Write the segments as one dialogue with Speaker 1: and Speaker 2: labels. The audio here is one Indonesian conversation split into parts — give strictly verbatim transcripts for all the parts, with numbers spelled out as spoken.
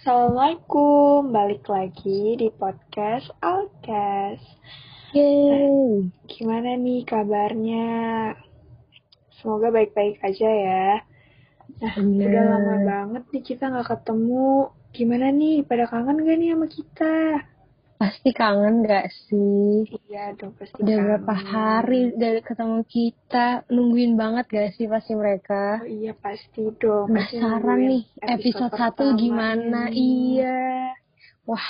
Speaker 1: Assalamualaikum, balik lagi di podcast Alkes.
Speaker 2: Yeay.
Speaker 1: Gimana nih kabarnya? Semoga baik-baik aja ya. Nah,
Speaker 2: Bener.
Speaker 1: udah lama banget nih kita gak ketemu. Gimana nih, pada kangen gak nih sama kita?
Speaker 2: Pasti kangen gak sih?
Speaker 1: Iya dong, pasti
Speaker 2: Udah
Speaker 1: kangen.
Speaker 2: berapa hari dari ketemu kita, nungguin banget gak sih pasti mereka?
Speaker 1: Oh iya, pasti dong. Pasti
Speaker 2: Penasaran
Speaker 1: nungguin
Speaker 2: nih, episode satu gimana?
Speaker 1: nih.
Speaker 2: Iya. Wah,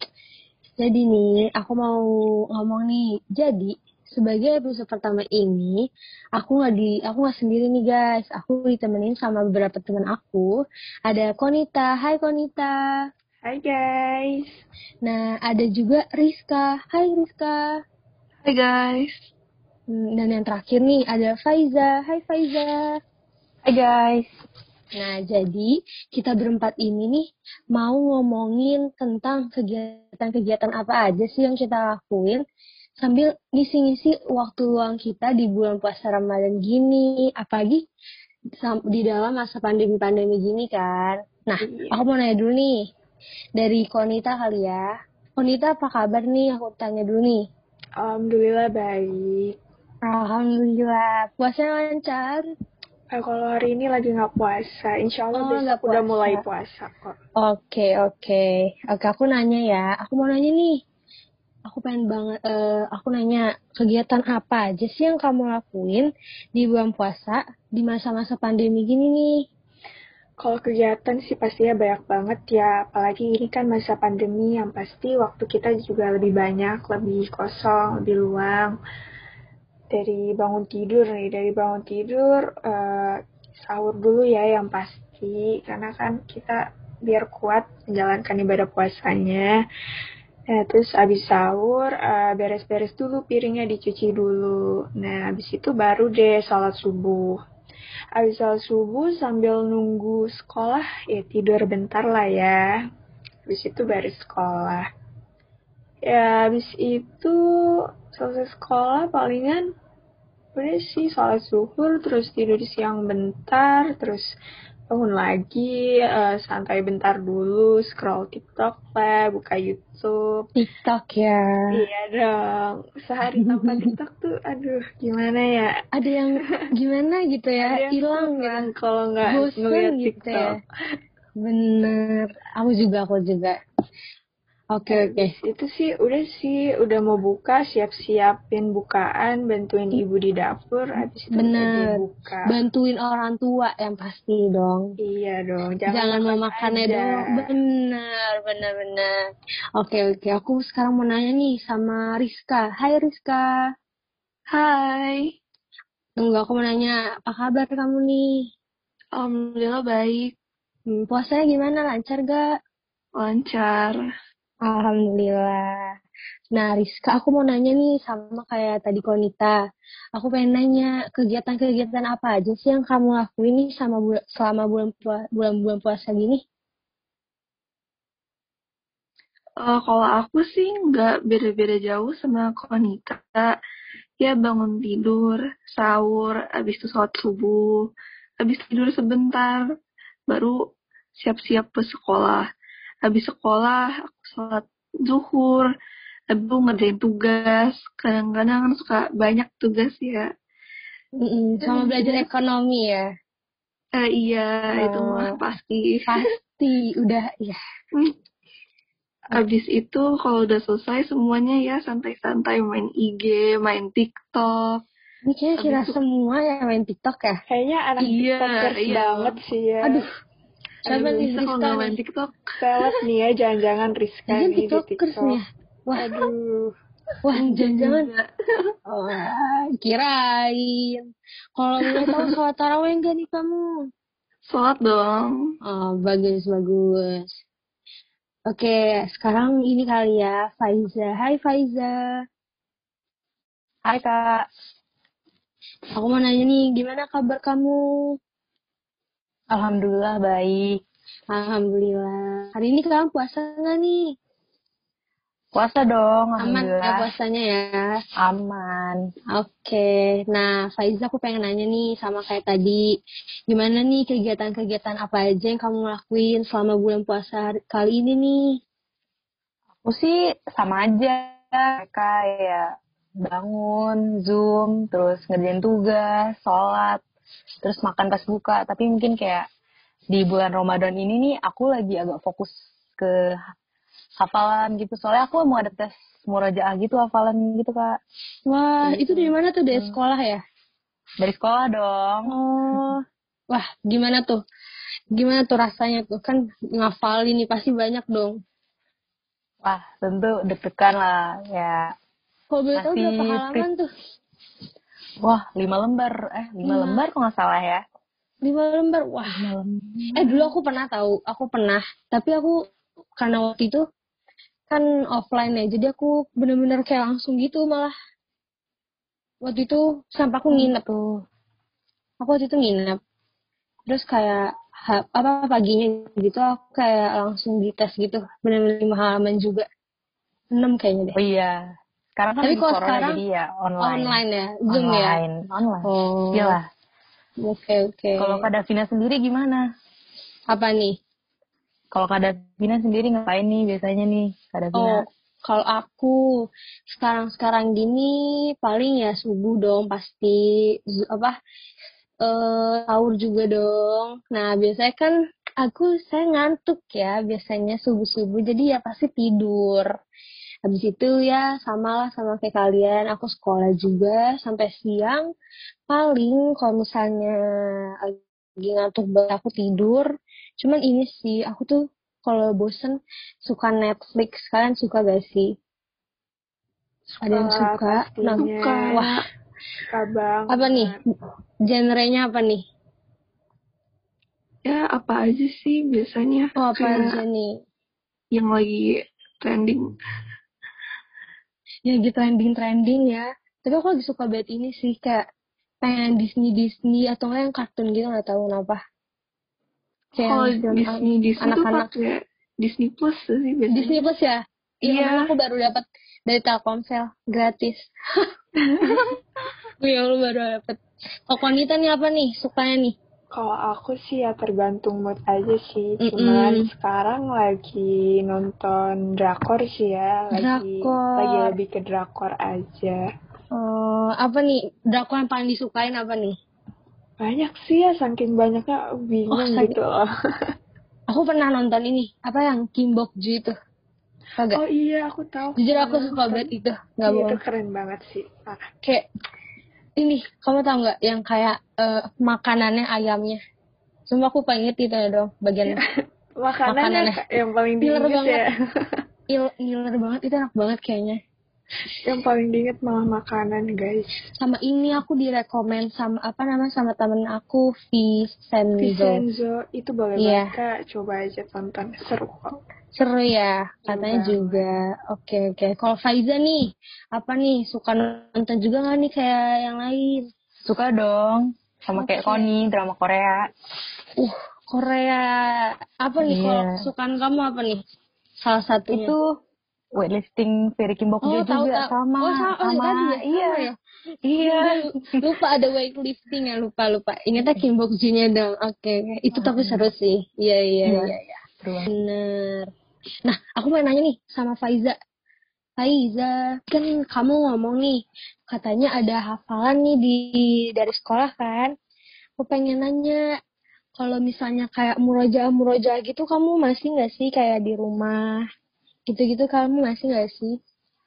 Speaker 2: jadi nih, aku mau ngomong nih. Jadi, sebagai episode pertama ini, aku nggak di, aku nggak sendiri nih guys. Aku ditemenin sama beberapa teman aku. Ada Konita. Hai Konita.
Speaker 1: Hai guys.
Speaker 2: Nah, ada juga Rizka. Hai Rizka.
Speaker 1: Hai guys.
Speaker 2: Dan yang terakhir nih ada Faiza. Hai Faiza.
Speaker 1: Hai guys.
Speaker 2: Nah, jadi kita berempat ini nih mau ngomongin tentang kegiatan-kegiatan apa aja sih yang kita lakuin sambil ngisi-ngisi waktu luang kita di bulan puasa Ramadan gini. Apalagi di dalam masa pandemi-pandemi gini kan. Nah,
Speaker 1: Iya.
Speaker 2: aku mau nanya dulu nih. Dari Konita kali ya. Konita apa kabar nih? Aku tanya dulu nih.
Speaker 1: Alhamdulillah baik.
Speaker 2: Alhamdulillah. Puasanya lancar?
Speaker 1: Eh, kalau hari ini lagi nggak puasa, insya Allah
Speaker 2: Oh,
Speaker 1: besok udah mulai puasa kok.
Speaker 2: Oke, oke. Oke, aku nanya ya. Aku mau nanya nih. Aku pengen banget, uh, aku nanya, kegiatan apa aja sih yang kamu lakuin di bulan puasa di masa-masa pandemi gini nih?
Speaker 1: Kalau kegiatan sih pastinya banyak banget ya, apalagi ini kan masa pandemi yang pasti waktu kita juga lebih banyak, lebih kosong, lebih luang. Dari bangun tidur nih, dari bangun tidur, uh, sahur dulu ya yang pasti, karena kan kita biar kuat menjalankan ibadah puasanya. Nah, terus abis sahur, uh, beres-beres dulu piringnya dicuci dulu. Nah, abis itu baru deh sholat subuh. Abis sholat subuh sambil nunggu sekolah, ya tidur bentar lah ya. Abis itu baru sekolah. Ya, abis itu selesai sekolah palingan udah sih sholat zuhur, terus tidur siang bentar, terus bangun lagi, uh, santai bentar dulu, scroll TikTok lah, buka YouTube.
Speaker 2: TikTok ya.
Speaker 1: Iya dong, sehari tanpa TikTok tuh, aduh gimana ya?
Speaker 2: Ada yang gimana gitu ya, hilang gitu.
Speaker 1: Kalau nggak ngeliat
Speaker 2: Bosen gitu
Speaker 1: TikTok.
Speaker 2: ya. Bener, aku juga, aku juga. Oke,
Speaker 1: Eh,
Speaker 2: oke.
Speaker 1: Itu sih udah sih, udah mau buka, siap-siapin bukaan, bantuin ibu di dapur, habis itu
Speaker 2: Bener,
Speaker 1: buka.
Speaker 2: bantuin orang tua yang pasti dong.
Speaker 1: Iya dong, jangan,
Speaker 2: Jangan
Speaker 1: makan
Speaker 2: mau makannya
Speaker 1: aja.
Speaker 2: doang. Bener, bener, bener. Oke, oke. Aku sekarang mau nanya nih sama Rizka. Hai Rizka.
Speaker 1: Hai.
Speaker 2: Tunggu, aku mau nanya, apa kabar kamu nih?
Speaker 1: Alhamdulillah baik.
Speaker 2: Hmm, puasanya gimana? Lancar gak?
Speaker 1: Lancar.
Speaker 2: Alhamdulillah. Nah, Rizka, aku mau nanya nih sama kayak tadi Konita. Aku pengen nanya, kegiatan-kegiatan apa aja sih yang kamu lakuin nih sama bul- selama bulan pua- bulan-bulan puasa gini?
Speaker 1: Uh, kalau aku sih nggak beda-beda jauh sama Konita. Ya bangun tidur, sahur, habis itu sholat subuh, habis tidur sebentar, baru siap-siap ke sekolah. Habis sekolah, aku sholat zuhur, habis itu ngerjain tugas. Kadang-kadang kan suka banyak tugas ya.
Speaker 2: Mm-mm, sama belajar ekonomi ya?
Speaker 1: Eh, iya,
Speaker 2: Uh,
Speaker 1: itu mah pasti.
Speaker 2: Pasti, udah, ya.
Speaker 1: Abis itu kalau udah selesai semuanya ya santai-santai main I G, main TikTok.
Speaker 2: Ini kayaknya kita
Speaker 1: itu,
Speaker 2: semua yang main TikTok ya?
Speaker 1: Kayaknya anak
Speaker 2: iya,
Speaker 1: TikTokers
Speaker 2: iya.
Speaker 1: banget sih ya.
Speaker 2: Aduh, siapa
Speaker 1: Aduh,
Speaker 2: nih
Speaker 1: bisa
Speaker 2: Rizka
Speaker 1: kalau nggak
Speaker 2: nih?
Speaker 1: main TikTok. Seleb nih ya, jangan-jangan Rizka
Speaker 2: Jangan
Speaker 1: nih di
Speaker 2: TikTokers
Speaker 1: TikTok.
Speaker 2: nih ya? Wah,
Speaker 1: Aduh.
Speaker 2: wah jangan-jangan. Wah, kirain. Kalau boleh tahu sholat tarawih enggak nih kamu?
Speaker 1: Sholat dong.
Speaker 2: Oh, bagus, bagus. Oke, sekarang ini kali ya, Faiza. Hai Faiza.
Speaker 1: Hai Kak.
Speaker 2: Aku mau nanya nih, gimana kabar kamu?
Speaker 1: Alhamdulillah baik.
Speaker 2: Alhamdulillah. Hari ini kamu puasa nggak nih?
Speaker 3: Puasa dong,
Speaker 2: Aman ya
Speaker 3: alhamdulillah.
Speaker 2: puasanya ya?
Speaker 3: Aman.
Speaker 2: Oke, nah Faiza aku pengen nanya nih sama kayak tadi. Gimana nih kegiatan-kegiatan apa aja yang kamu lakuin selama bulan puasa kali ini nih?
Speaker 3: Aku sih sama aja. Mereka ya bangun, Zoom, terus ngerjain tugas, sholat, terus makan pas buka. Tapi mungkin kayak di bulan Ramadan ini nih aku lagi agak fokus ke hafalan gitu. Soalnya aku mau ada tes murojaah gitu, hafalan gitu, Kak.
Speaker 2: Wah,
Speaker 3: Gitu.
Speaker 2: itu dari mana tuh? Dari
Speaker 3: Hmm.
Speaker 2: sekolah ya?
Speaker 3: Dari sekolah dong.
Speaker 2: Oh, wah gimana tuh? Gimana tuh rasanya tuh? Kan ngafalin nih pasti banyak dong.
Speaker 3: Wah, tentu deg-degan lah. Ya,
Speaker 2: Kalau boleh tahu berapa
Speaker 3: masih
Speaker 2: halaman tuh?
Speaker 3: wah, lima lembar. Eh, lima
Speaker 2: Lima.
Speaker 3: lembar kok nggak salah ya.
Speaker 2: Lima lembar, wah.
Speaker 3: Lima lembar.
Speaker 2: Eh dulu aku pernah tahu, aku pernah. Tapi aku karena waktu itu kan offline ya, jadi aku bener-bener kayak langsung gitu malah. Waktu itu sampai aku nginep.
Speaker 3: Tuh.
Speaker 2: Aku waktu itu nginep. Terus kayak ha- apa paginya gitu aku kayak langsung dites gitu. Bener-bener lima halaman juga. Enam kayaknya deh.
Speaker 3: Oh iya. Sekarang kan
Speaker 2: Tapi
Speaker 3: lagi
Speaker 2: kalau
Speaker 3: corona
Speaker 2: sekarang
Speaker 3: jadi ya online.
Speaker 2: online ya, Zoom ya.
Speaker 3: Online, online.
Speaker 2: Oh.
Speaker 3: Iyalah.
Speaker 2: Oke oke.
Speaker 3: Kalau Kak Davina sendiri gimana?
Speaker 2: Apa nih?
Speaker 3: Kalau Kak Davina sendiri ngapain nih biasanya nih, Kak Davina?
Speaker 2: Oh, kalau aku sekarang-sekarang gini paling ya subuh dong pasti Z- apa eh sahur juga dong. Nah, biasanya kan aku saya ngantuk ya biasanya subuh-subuh jadi ya pasti tidur. Habis itu ya samalah sama kayak kalian, aku sekolah juga sampai siang. Paling kalau misalnya lagi ngantuk banget aku tidur. Cuman ini sih, aku tuh kalau bosen suka Netflix. Kalian suka gak sih? Ada yang
Speaker 1: Suka
Speaker 2: suka? Nah,
Speaker 1: pastinya.
Speaker 2: wah,
Speaker 1: Suka banget.
Speaker 2: apa nih? Genrenya apa nih?
Speaker 1: Ya, apa aja sih biasanya?
Speaker 2: Oh, apa
Speaker 1: Kayak
Speaker 2: aja nih?
Speaker 1: yang lagi trending.
Speaker 2: Ya lagi trending-trending ya. Tapi aku lagi suka banget ini sih, kayak pengen Disney-Disney atau nggak yang kartun gitu, nggak tahu kenapa. Kayak
Speaker 1: Kalau
Speaker 2: yang film
Speaker 1: Disney, Disney tuh
Speaker 2: anak-anak.
Speaker 1: pakai Disney Plus sih biasanya.
Speaker 2: Disney Plus ya? Iya,
Speaker 1: Iya.
Speaker 2: kemarin aku baru dapat dari Telkomsel gratis. Iya, lu baru dapat. Oh, Konita nih apa nih? Sukanya nih?
Speaker 1: Kalau aku sih ya tergantung mood aja sih.
Speaker 2: Mm-mm.
Speaker 1: Cuman sekarang lagi nonton drakor sih ya. Lagi
Speaker 2: Drakor.
Speaker 1: lagi lebih ke drakor aja.
Speaker 2: Oh, apa nih? Drakor yang paling disukain apa nih?
Speaker 1: Banyak sih ya, saking banyaknya bingung
Speaker 2: Oh, saking-
Speaker 1: gitu loh.
Speaker 2: Aku pernah nonton ini, apa yang Kim Bok Ju itu? Tau gak?
Speaker 1: Oh iya, aku tahu.
Speaker 2: Jujur aku
Speaker 1: Nonton.
Speaker 2: suka banget itu, nggak
Speaker 1: Iya, itu
Speaker 2: bohong.
Speaker 1: keren banget sih. Ah.
Speaker 2: Kayak ini, kamu tau nggak yang kayak eh, makanannya ayamnya? Cuma aku pengen itu ya dong, bagian
Speaker 1: Makanannya,
Speaker 2: Makanannya.
Speaker 1: yang paling
Speaker 2: Ngiler
Speaker 1: diinget
Speaker 2: banget.
Speaker 1: ya.
Speaker 2: il ngiler banget, itu enak banget kayaknya.
Speaker 1: Yang paling diinget malah makanan, guys.
Speaker 2: Sama ini aku direkomend sama apa namanya sama temen aku Vincenzo.
Speaker 1: Vincenzo itu boleh
Speaker 2: Iya.
Speaker 1: banget Kak, coba aja tonton, seru kok.
Speaker 2: Seru ya, katanya
Speaker 1: banget.
Speaker 2: juga. Oke oke. Kalau Faiza nih, apa nih suka nonton juga nggak nih kayak yang lain?
Speaker 3: Suka dong. Sama kayak
Speaker 2: Oke.
Speaker 3: Koni, drama Korea.
Speaker 2: Uh, Korea. Apa nih
Speaker 3: Iya.
Speaker 2: kalau kesukaan kamu apa nih? Salah satunya.
Speaker 3: Itu weightlifting Ferry Kim Bok
Speaker 2: Oh,
Speaker 3: Ju
Speaker 2: tahu
Speaker 3: juga
Speaker 2: tahu.
Speaker 3: sama.
Speaker 2: Oh, sama, oh,
Speaker 3: sama.
Speaker 2: tadi ya.
Speaker 3: Iya.
Speaker 2: Sama ya.
Speaker 3: Iya.
Speaker 2: Lupa ada weightlifting ya, lupa lupa. Ingatnya Kim Bok Ju-nya dong. Oke, itu tapi seru sih. Iya iya
Speaker 3: Iya.
Speaker 2: iya. iya.
Speaker 3: Seru banget.
Speaker 2: Bener. Nah, aku mau nanya nih sama Faiza. Faiza, kan kamu ngomong nih, katanya ada hafalan nih di dari sekolah kan? Aku pengen nanya, kalau misalnya kayak murojaah-murojaah gitu, kamu masih nggak sih kayak di rumah? Gitu-gitu kamu masih nggak sih?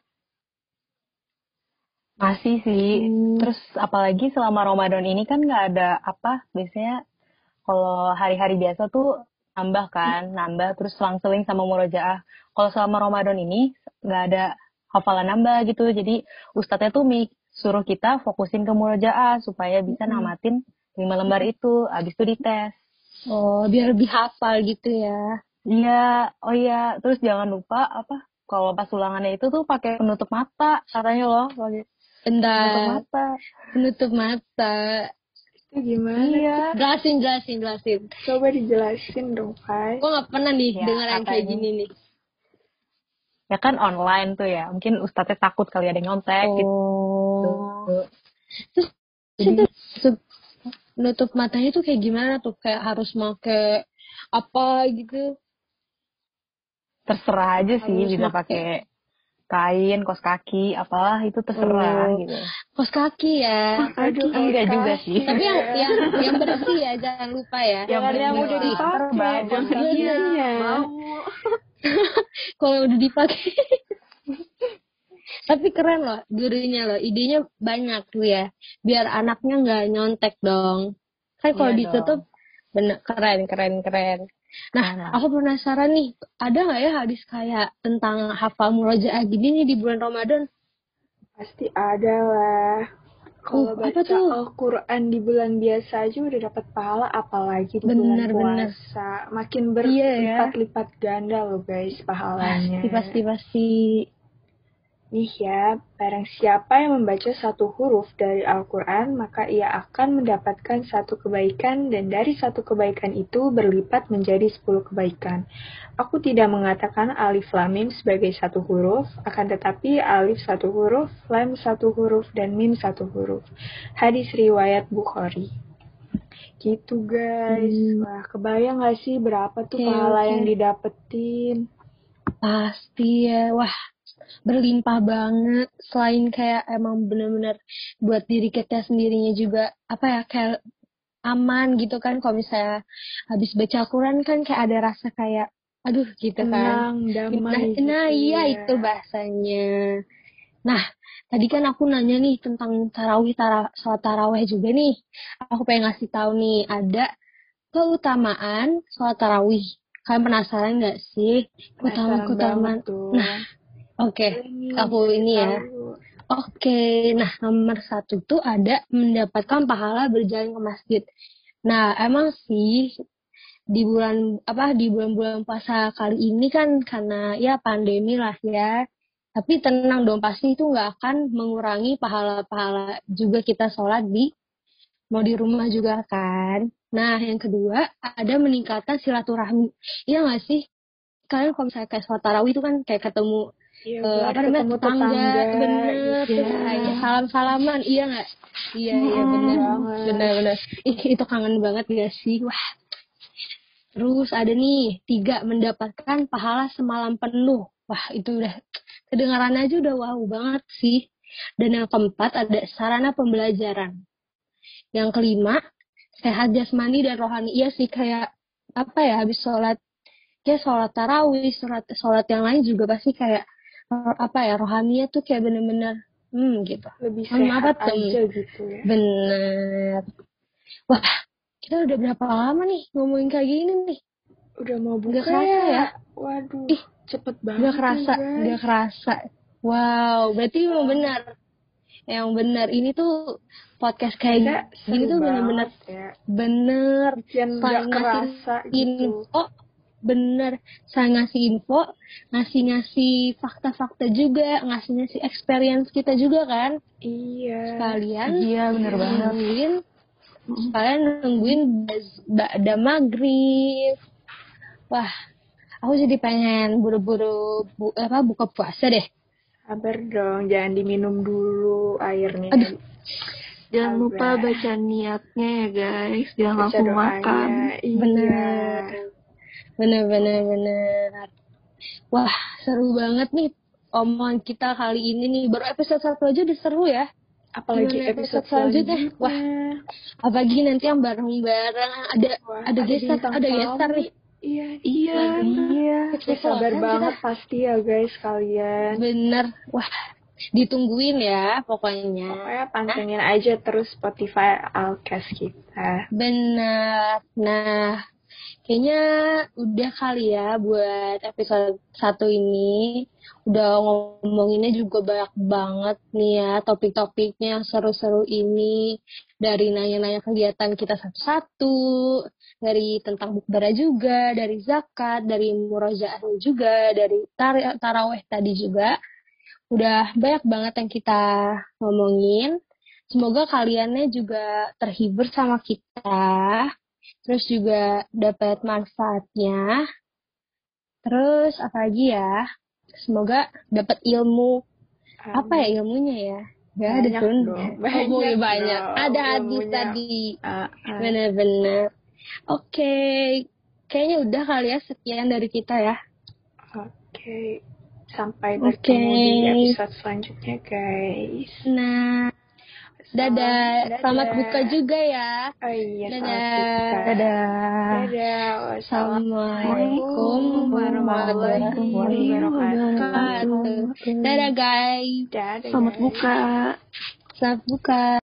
Speaker 3: Masih sih.
Speaker 2: Hmm.
Speaker 3: Terus apalagi selama Ramadan ini kan nggak ada apa, biasanya kalau hari-hari biasa tuh nambah kan, nambah terus selang-seling sama murojaah. Kalau selama Ramadan ini nggak ada hafalan nambah gitu. Jadi ustadznya tuh mi- suruh kita fokusin ke murojaah supaya bisa
Speaker 2: Hmm.
Speaker 3: namatin lima lembar itu. Abis itu dites.
Speaker 2: Oh, biar lebih hafal gitu ya.
Speaker 3: Iya, oh iya. Terus jangan lupa apa, kalau pas ulangannya itu tuh pakai penutup mata katanya loh. Pakai penutup
Speaker 2: Bentar,
Speaker 3: mata.
Speaker 2: penutup mata.
Speaker 1: Itu gimana?
Speaker 3: Iya.
Speaker 2: Jelasin, jelasin, jelasin.
Speaker 1: Coba dijelasin dong, Pai.
Speaker 2: Gue nggak pernah nih
Speaker 3: Ya,
Speaker 2: dengar yang kayak
Speaker 3: katanya.
Speaker 2: gini nih.
Speaker 3: ya kan online tuh ya. Mungkin ustadznya takut kali ada yang nyontek
Speaker 2: Oh.
Speaker 3: gitu.
Speaker 2: Terus
Speaker 3: Jadi
Speaker 2: itu nutup matanya tuh kayak gimana tuh? Kayak harus make apa gitu?
Speaker 3: terserah aja sih,
Speaker 2: Harus
Speaker 3: bisa
Speaker 2: make-
Speaker 3: pakai kain, kos kaki, apalah itu terserah
Speaker 2: Oh.
Speaker 3: gitu.
Speaker 2: Kos kaki ya.
Speaker 1: Aduh,
Speaker 3: Enggak juga sih.
Speaker 2: Tapi yang yang yang bersih ya, jangan lupa ya.
Speaker 3: Yang
Speaker 1: Jangan yang
Speaker 3: bersih
Speaker 1: udah
Speaker 3: lah.
Speaker 1: dipakai,
Speaker 3: Terbang.
Speaker 1: jangan
Speaker 2: Bener.
Speaker 1: iya.
Speaker 2: Kalau udah dipakai. Tapi keren loh, gurunya loh, idenya banyak tuh ya. Biar anaknya nggak nyontek dong. Kan kalau
Speaker 3: Iya
Speaker 2: ditutup, bener keren, keren, keren. Nah,
Speaker 3: Nah.
Speaker 2: aku penasaran nih, ada nggak ya hadis kayak tentang hafal murojaah gini nih di bulan Ramadan?
Speaker 1: Pasti ada lah. Kalau
Speaker 2: Uh, apa
Speaker 1: baca
Speaker 2: tuh?
Speaker 1: Al-Quran di bulan biasa aja udah dapat pahala, apalagi di
Speaker 2: Bener,
Speaker 1: bulan
Speaker 2: bener.
Speaker 1: puasa. Makin
Speaker 2: Iya ya.
Speaker 1: berlipat-lipat ganda loh guys pahalanya.
Speaker 2: Pasti, pasti, pasti.
Speaker 1: Nih ya, barang siapa yang membaca satu huruf dari Al-Quran, maka ia akan mendapatkan satu kebaikan, dan dari satu kebaikan itu berlipat menjadi sepuluh kebaikan. Aku tidak mengatakan alif lam mim sebagai satu huruf, akan tetapi alif satu huruf, lam satu huruf, dan mim satu huruf. Hadis riwayat Bukhari. Gitu guys.
Speaker 2: Hmm.
Speaker 1: Wah, kebayang gak sih berapa tuh
Speaker 2: Oke,
Speaker 1: pahala
Speaker 2: oke.
Speaker 1: yang didapetin?
Speaker 2: Pasti ya, wah berlimpah banget. Selain kayak emang bener-bener buat diri kita sendirinya juga apa ya kayak aman gitu kan. Kalau misalnya habis baca Al-Quran kan kayak ada rasa kayak aduh gitu kan.
Speaker 1: Tenang,
Speaker 2: Nah,
Speaker 1: damai gitu
Speaker 2: nah iya
Speaker 1: ya.
Speaker 2: itu bahasanya. Nah, tadi kan aku nanya nih tentang tarawih, tara, sholat tarawih juga nih. Aku pengen ngasih tahu nih ada keutamaan sholat tarawih. Kalian penasaran nggak sih
Speaker 1: Penasaran
Speaker 2: keutamaan-keutamaan?
Speaker 1: banget tuh.
Speaker 2: Nah, oke,
Speaker 1: Ini
Speaker 2: aku
Speaker 1: cari
Speaker 2: ini ya.
Speaker 1: tahu.
Speaker 2: Oke, nah nomor satu tuh ada mendapatkan pahala berjalan ke masjid. Nah, emang sih di bulan apa di bulan-bulan puasa kali ini kan karena ya pandemi lah ya. Tapi tenang dong, pasti itu nggak akan mengurangi pahala-pahala juga kita sholat di mau di rumah juga kan. Nah, yang kedua ada meningkatkan silaturahmi. Iya nggak sih? Kalian kalau misalnya kayak sholat tarawih itu kan kayak ketemu
Speaker 1: Iya,
Speaker 2: eh,
Speaker 1: benar,
Speaker 2: apa namanya
Speaker 1: ketemu
Speaker 2: tetangga,
Speaker 1: tetangga,
Speaker 2: bener
Speaker 1: gitu.
Speaker 2: terus kayak salam salaman, iya nggak? Iya iya bener
Speaker 1: banget.
Speaker 2: bener bener. Ih itu kangen banget gak sih? Wah. Terus ada nih tiga mendapatkan pahala semalam penuh. Wah itu udah kedengaran aja udah wow banget sih. Dan yang keempat ada sarana pembelajaran. Yang kelima sehat jasmani dan rohani. Iya sih kayak apa ya habis sholat kayak sholat tarawih, sholat sholat yang lain juga pasti kayak eh, apa ya rohaninya tuh kayak bener-bener hmm gitu.
Speaker 1: Lebih
Speaker 2: Hmm, apa
Speaker 1: sehat
Speaker 2: tuh?
Speaker 1: aja gitu ya.
Speaker 2: Bener. Wah kita udah berapa lama nih ngomongin kayak gini nih?
Speaker 1: Udah mau buka
Speaker 2: Nggak kerasa ya?
Speaker 1: Waduh,
Speaker 2: Ih,
Speaker 1: cepet banget
Speaker 2: Gak kerasa,
Speaker 1: ya, guys.
Speaker 2: gak kerasa. Wow, berarti emang benar. Yang benar ini tuh podcast
Speaker 1: Kayaknya
Speaker 2: kayak gini
Speaker 1: seru
Speaker 2: tuh bener-bener
Speaker 1: banget ya.
Speaker 2: bener.
Speaker 1: Bikin
Speaker 2: Selain
Speaker 1: gak
Speaker 2: ngasih
Speaker 1: kerasa gitu.
Speaker 2: info, bener. Saya ngasih info, ngasih-ngasih fakta-fakta juga, ngasih-ngasih experience kita juga kan.
Speaker 1: Iya.
Speaker 2: Sekalian
Speaker 3: Iya, bener banget.
Speaker 2: nungguin, sekalian nungguin ba'da maghrib. Wah, aku jadi pengen buru-buru bu, apa buka puasa deh.
Speaker 1: Sabar dong, jangan diminum dulu airnya.
Speaker 2: Aduh.
Speaker 4: Jangan
Speaker 1: Sabar.
Speaker 4: lupa baca niatnya ya guys, jangan
Speaker 1: Baca
Speaker 4: langsung
Speaker 1: doanya.
Speaker 4: makan.
Speaker 1: Iya.
Speaker 2: Bener. Bener, bener, bener. Wah, seru banget nih omongan kita kali ini nih. Baru episode satu aja udah seru ya.
Speaker 1: Apalagi
Speaker 2: Gimana
Speaker 1: episode
Speaker 2: selanjutnya?
Speaker 1: selanjutnya.
Speaker 2: Wah, apalagi nanti yang bareng-bareng ada
Speaker 1: Wah,
Speaker 2: ada gestar,
Speaker 1: bintang
Speaker 2: ada
Speaker 1: tamu.
Speaker 2: gestar nih.
Speaker 1: Iya.
Speaker 4: Iya.
Speaker 3: Iya.
Speaker 1: Ya, sabar
Speaker 2: Kan
Speaker 1: banget
Speaker 2: kita-
Speaker 1: pasti ya guys kalian.
Speaker 2: Bener. Wah, ditungguin ya pokoknya.
Speaker 1: Pokoknya pantengin aja terus Spotify Alcast kita.
Speaker 2: Bener. Nah, kayaknya udah kali ya buat episode satu ini. Udah ngomonginnya juga banyak banget nih ya topik-topiknya yang seru-seru ini. Dari nanya-nanya kegiatan kita satu-satu, dari tentang bukbara juga, dari zakat, dari murojaahnya juga, dari tar- taraweh tadi juga. Udah banyak banget yang kita ngomongin. Semoga kaliannya juga terhibur sama kita. Terus juga dapat manfaatnya. Terus apa lagi ya? Semoga dapat ilmu.
Speaker 1: Amin.
Speaker 2: Apa ya ilmunya ya? Gak ada
Speaker 1: Banyak
Speaker 2: pun.
Speaker 1: dong,
Speaker 2: Oh,
Speaker 1: banyak
Speaker 2: boleh banyak.
Speaker 1: dong
Speaker 2: Ada hadis
Speaker 1: ilmunya.
Speaker 2: tadi.
Speaker 1: Ah, ah.
Speaker 2: Benar-benar. Oke. Kayaknya udah kali ya sekian dari kita ya.
Speaker 1: Oke. Sampai
Speaker 2: Oke.
Speaker 1: bertemu di episode selanjutnya, guys.
Speaker 2: Nah, dadah.
Speaker 1: Dadah.
Speaker 2: Selamat buka juga ya.
Speaker 1: Oh iya,
Speaker 2: Dadah.
Speaker 1: selamat buka.
Speaker 3: Dadah.
Speaker 1: Dadah.
Speaker 2: Assalamualaikum
Speaker 1: warahmatullahi
Speaker 2: wabarakatuh. Dadah guys.
Speaker 1: Dadah.
Speaker 4: Selamat
Speaker 1: guys.
Speaker 4: buka.
Speaker 2: Selamat buka.